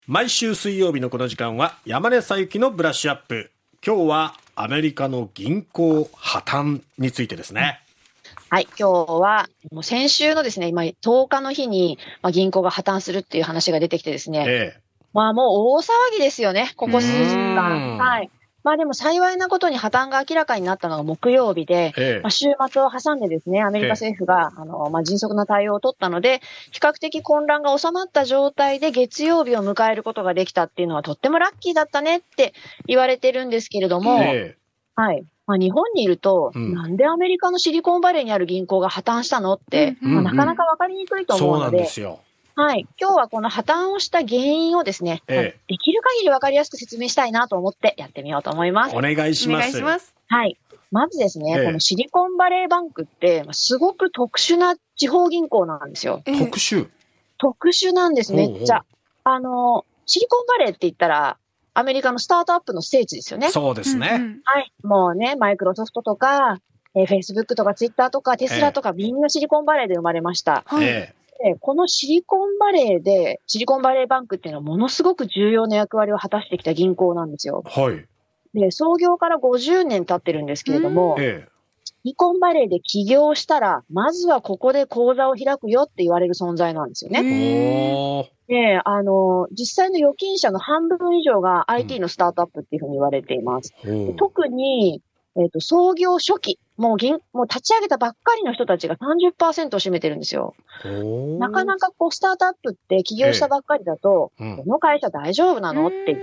毎週水曜日のこの時間は山根さゆきのブラッシュアップ。今日はアメリカの銀行破綻についてですね。 はい、今日はもう先週のですね、今10日の日に銀行が破綻するっていう話が出てきてですね、もう大騒ぎですよね、ここ数日間。はい。でも幸いなことに破綻が明らかになったのが木曜日で、週末を挟んでですね、アメリカ政府が、迅速な対応を取ったので、比較的混乱が収まった状態で月曜日を迎えることができたっていうのはとってもラッキーだったねって言われてるんですけれども、はい。日本にいると、なんでアメリカのシリコンバレーにある銀行が破綻したのって、なかなかわかりにくいと思うので、 そうなんですよ。 はい。今日はこの破綻をした原因をですね、できる限りわかりやすく説明したいなと思ってやってみようと思います。 お願いします。 はい。まずですね、このシリコンバレーバンクって、すごく特殊な地方銀行なんですよ。 特殊なんです、めっちゃ。シリコンバレーって言ったら、アメリカのスタートアップの聖地ですよね。 そうですね。 はい。もうね、マイクロソフトとか、Facebook とか Twitter とかテスラとかみんなシリコンバレーで生まれました。このシリコンバレーバンクっていうのはものすごく重要な役割を果たしてきた銀行なんですよ。 はい。 で、創業から50年経ってるんですけれども、シリコンバレーで起業したら、まずはここで口座を開くよって言われる存在なんですよね。で、実際の預金者の半分以上が IT のスタートアップっていうふうに言われています。特に、創業初期、もう立ち上げたばっかりの人たちが 30% を占めてるんですよ。なかなかスタートアップって起業したばっかりだと、この会社大丈夫なのって言って、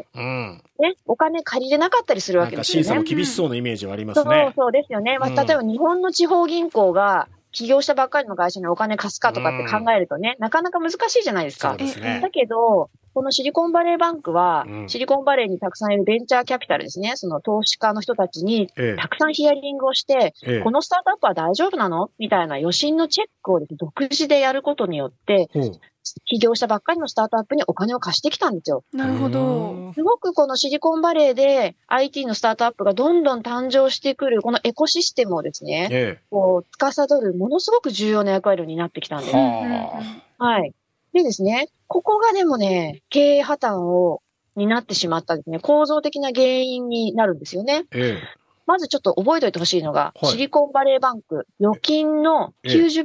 ね、お金借りれなかったりするわけですよね。 審査も厳しそうなイメージはありますね。 そうですよね。例えば日本の地方銀行が起業したばっかりの会社にお金貸すかとかって考えるとね、なかなか難しいじゃないですか。 そうですね。 だけど、このシリコンバレーバンクは、シリコンバレーにたくさんいるベンチャーキャピタルですね、その投資家の人たちにたくさんヒアリングをして、このスタートアップは大丈夫なのみたいな予診のチェックをですね、独自でやることによって、起業したばっかりのスタートアップにお金を貸してきたんですよ。 なるほど。 すごくこのシリコンバレーで IT のスタートアップがどんどん誕生してくるこのエコシステムをですね、司るものすごく重要な役割になってきたんです。はい。でですね、ここがでもね、経営破綻になってしまったですね、構造的な原因になるんですよね。まずちょっと覚えておいてほしいのが、シリコンバレーバンク、預金の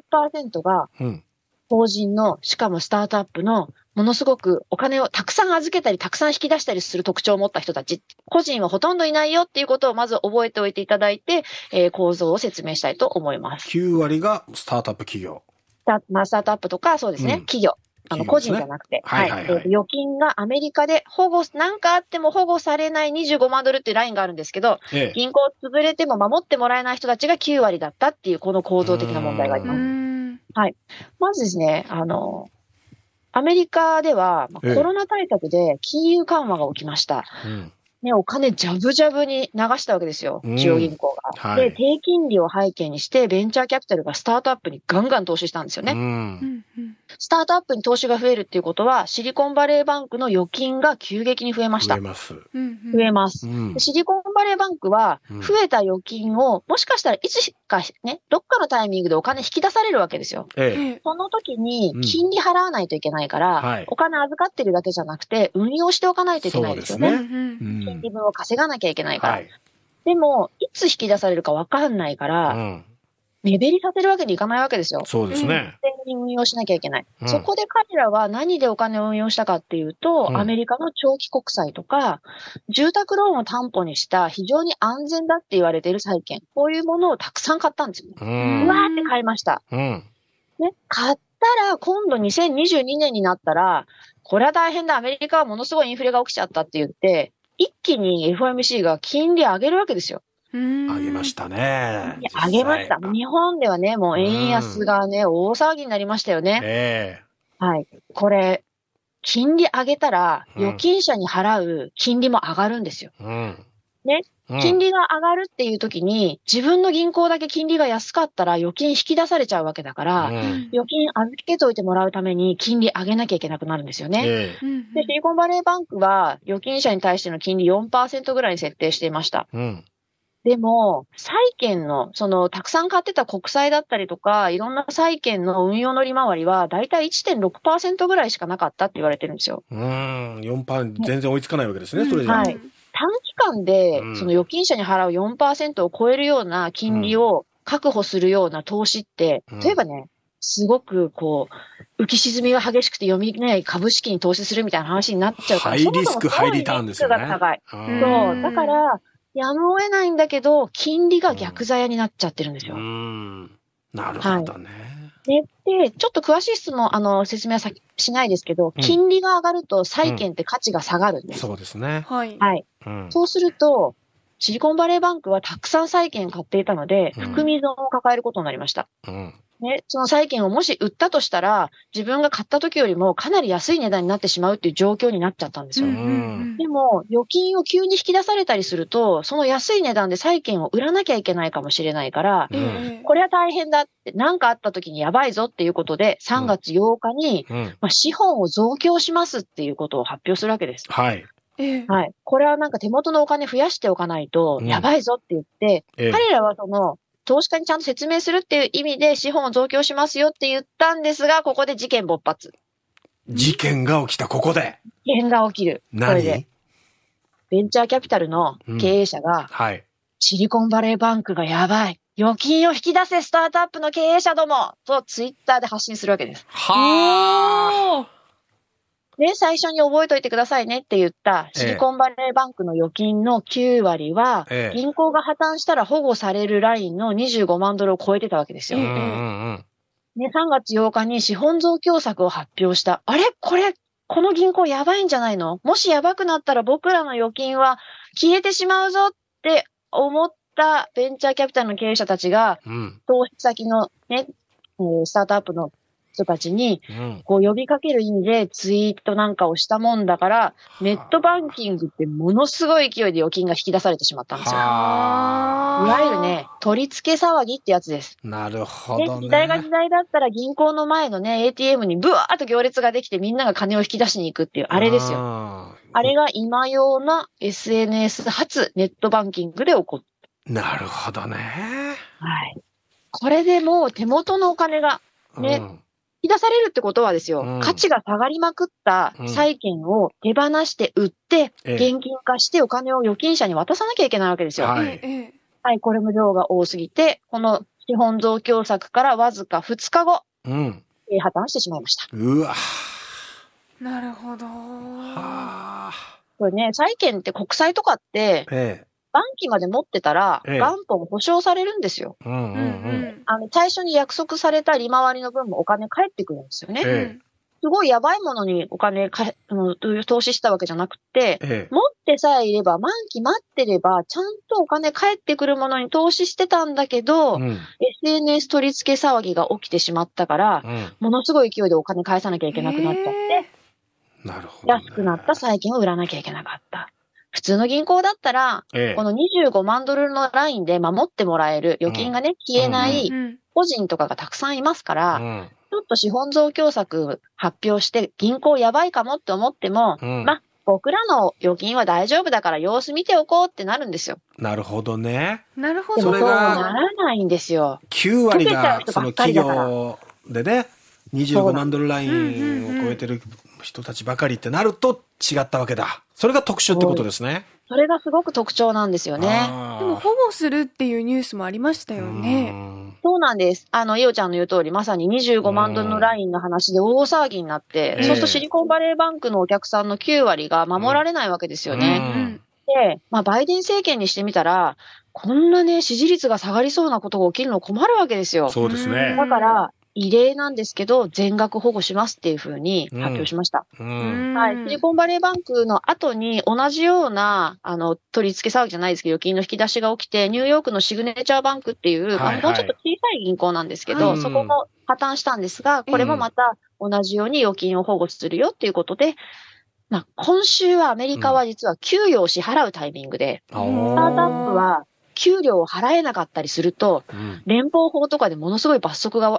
90% が、法人の、しかもスタートアップの、ものすごくお金をたくさん預けたり、たくさん引き出したりする特徴を持った人たち、個人はほとんどいないよっていうことをまず覚えておいていただいて、構造を説明したいと思います。 9割がスタートアップ企業。 スタートアップとか、そうですね、企業。個人じゃなくて。預金がアメリカでなんかあっても保護されない25万ドルっていうラインがあるんですけど、銀行潰れても守ってもらえない人たちが9割だったっていう、この構造的な問題があります。はい。まずですね、アメリカでは、コロナ対策で金融緩和が起きました。ね、お金ジャブジャブに流したわけですよ、中央銀行が。で、低金利を背景にして、ベンチャーキャピタルがスタートアップにガンガン投資したんですよね。スタートアップに投資が増えるっていうことは、シリコンバレーバンクの預金が急激に増えました。増えます。シリコンバレーバンクは、増えた預金を、もしかしたらいつかね、どっかのタイミングでお金引き出されるわけですよ。その時に、金利払わないといけないから、お金預かってるだけじゃなくて、運用しておかないといけないですよね。金利分を稼がなきゃいけないから。でも、いつ引き出されるかわかんないから、目減りさせるわけにいかないわけですよ。 そうですね。 運用しなきゃいけない。そこで彼らは何でお金を運用したかっていうと、アメリカの長期国債とか、住宅ローンを担保にした非常に安全だって言われている債券。こういうものをたくさん買ったんですよね。うわーって買いました。ね、買ったら今度2022年になったら、これは大変だ。アメリカはものすごいインフレが起きちゃったって言って、一気に FOMC が金利上げるわけですよ。 上げましたね。 上げました。日本ではね、もう円安がね、大騒ぎになりましたよね。はい。これ、金利上げたら、預金者に払う金利も上がるんですよ。ね。金利が上がるっていう時に、自分の銀行だけ金利が安かったら預金引き出されちゃうわけだから、預金預けといてもらうために金利上げなきゃいけなくなるんですよね。で、シリコンバレーバンクは預金者に対しての金利 4% ぐらいに設定していました。 でも、債券の、たくさん買ってた国債だったりとか、いろんな債券の運用の利回りは、だいたい 1.6% ぐらいしかなかったって言われてるんですよ。 4%、全然追いつかないわけですね、それじゃ。 はい。短期間で、預金者に払う 4% を超えるような金利を確保するような投資って、例えばね、すごく浮き沈みが激しくて読みない株式に投資するみたいな話になっちゃうから、 ハイリスク、ハイリターンですよね。 リスクが高い。そう。だから、やむを得ないんだけど、金利が逆ざやになっちゃってるんですよ。 なるほどね。 で、ちょっと詳しい質問、説明はしないですけど、金利が上がると債券って価値が下がるんです。 そうですね。 はい。そうすると、シリコンバレーバンクはたくさん債券買っていたので、含み損を抱えることになりました。その債券をもし売ったとしたら、自分が買った時よりもかなり安い値段になってしまうっていう状況になっちゃったんですよ。でも、預金を急に引き出されたりすると、その安い値段で債券を売らなきゃいけないかもしれないから、これは大変だって、何かあった時にやばいぞっていうことで、3月8日に、資本を増強しますっていうことを発表するわけです。 はい。 はい。これはなんか手元のお金増やしておかないと、やばいぞって言って、彼らは投資家にちゃんと説明するっていう意味で資本を増強しますよって言ったんですが、ここで事件勃発。 事件が起きた、ここで。 事件が起きる。これで。ベンチャーキャピタルの経営者が、シリコンバレーバンクがやばい。預金を引き出せスタートアップの経営者どもとツイッターで発信するわけです。 はー。 で、最初に覚えておいてくださいねって言ったシリコンバレーバンクの預金の9割は、銀行が破綻したら保護されるラインの25万ドルを超えてたわけですよ。3月8日に資本増強策を発表した。あれこの銀行やばいんじゃないの？もしやばくなったら僕らの預金は消えてしまうぞって思ったベンチャーキャピタルの経営者たちが、投資先のね、スタートアップの人たちに、呼びかける意味でツイートなんかをしたもんだから、ネットバンキングってものすごい勢いで預金が引き出されてしまったんですよ。いわゆるね、取り付け騒ぎってやつです。 なるほどね。 時代が時代だったら銀行の前のね、ATM にブワーッと行列ができてみんなが金を引き出しに行くっていう、あれですよ。あれが今用な SNS 発ネットバンキングで起こる。 なるほどね。 はい。これでもう手元のお金がね、引き出されるってことはですよ、価値が下がりまくった債券を手放して売って、現金化してお金を預金者に渡さなきゃいけないわけですよ。はい、これも量が多すぎて、この資本増強策からわずか2日後、破綻してしまいました。 うわ。なるほど。 これね、債券って国債とかって、バン期まで持ってたら、元本保証されるんですよ。最初に約束された利回りの分もお金返ってくるんですよね。すごいやばいものにお金投資したわけじゃなくて、持ってさえいれば、満期待ってれば、ちゃんとお金返ってくるものに投資してたんだけど、SNS 取り付け騒ぎが起きてしまったから、ものすごい勢いでお金返さなきゃいけなくなっちゃって、安くなった債券を売らなきゃいけなかった。普通の銀行だったら、この25万ドルのラインで守ってもらえる預金がね、消えない個人とかがたくさんいますから、ちょっと資本増強策発表して銀行やばいかもって思っても、僕らの預金は大丈夫だから様子見ておこうってなるんですよ。 なるほどね。 なるほど。 それがならないんですよ。 9割がその企業でね、25万ドルラインを超えてる人たちばかりってなると違ったわけだ。それが特殊ってことですね。 それがすごく特徴なんですよね。 でも保護するっていうニュースもありましたよね。 そうなんです。イオちゃんの言う通り、まさに25万ドルのラインの話で大騒ぎになって、そうするとシリコンバレーバンクのお客さんの9割が守られないわけですよね。で、バイデン政権にしてみたら、こんなね、支持率が下がりそうなことが起きるの困るわけですよ。 そうですね。 だから、異例なんですけど、全額保護しますっていうふうに発表しました。はい。シリコンバレーバンクの後に同じような、取り付け騒ぎじゃないですけど、預金の引き出しが起きて、ニューヨークのシグネチャーバンクっていう、もうちょっと小さい銀行なんですけど、そこも破綻したんですが、これもまた同じように預金を保護するよっていうことで、今週はアメリカは実は給与を支払うタイミングで、スタートアップは給料を払えなかったりすると、連邦法とかでものすごい罰則が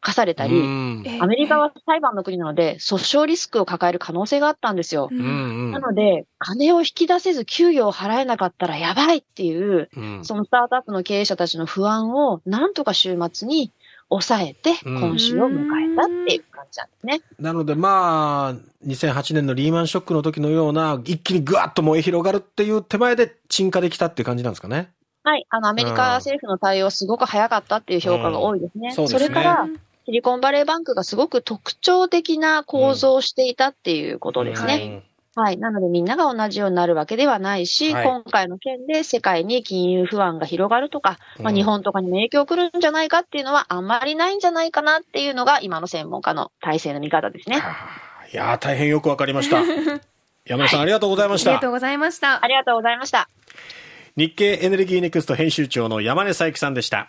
課されたり、アメリカは裁判の国なので、訴訟リスクを抱える可能性があったんですよ。なので、金を引き出せず給与を払えなかったらやばいっていう、そのスタートアップの経営者たちの不安をなんとか週末に抑えて、今週を迎えたっていう感じなんですね。 なのでまあ、2008年のリーマンショックの時のような、一気にぐわっと燃え広がるっていう手前で沈下できたっていう感じなんですかね。 はい。アメリカ政府の対応すごく早かったっていう評価が多いですね。そうですね。それから、シリコンバレーバンクがすごく特徴的な構造をしていたっていうことですね。はい。なのでみんなが同じようになるわけではないし、今回の件で世界に金融不安が広がるとか、日本とかにも影響来るんじゃないかっていうのはあんまりないんじゃないかなっていうのが今の専門家の体制の見方ですね。 いやー、大変よくわかりました。山根さん、ありがとうございました。 ありがとうございました。 ありがとうございました。 日経エネルギーネクスト編集長の山根佐伯さんでした。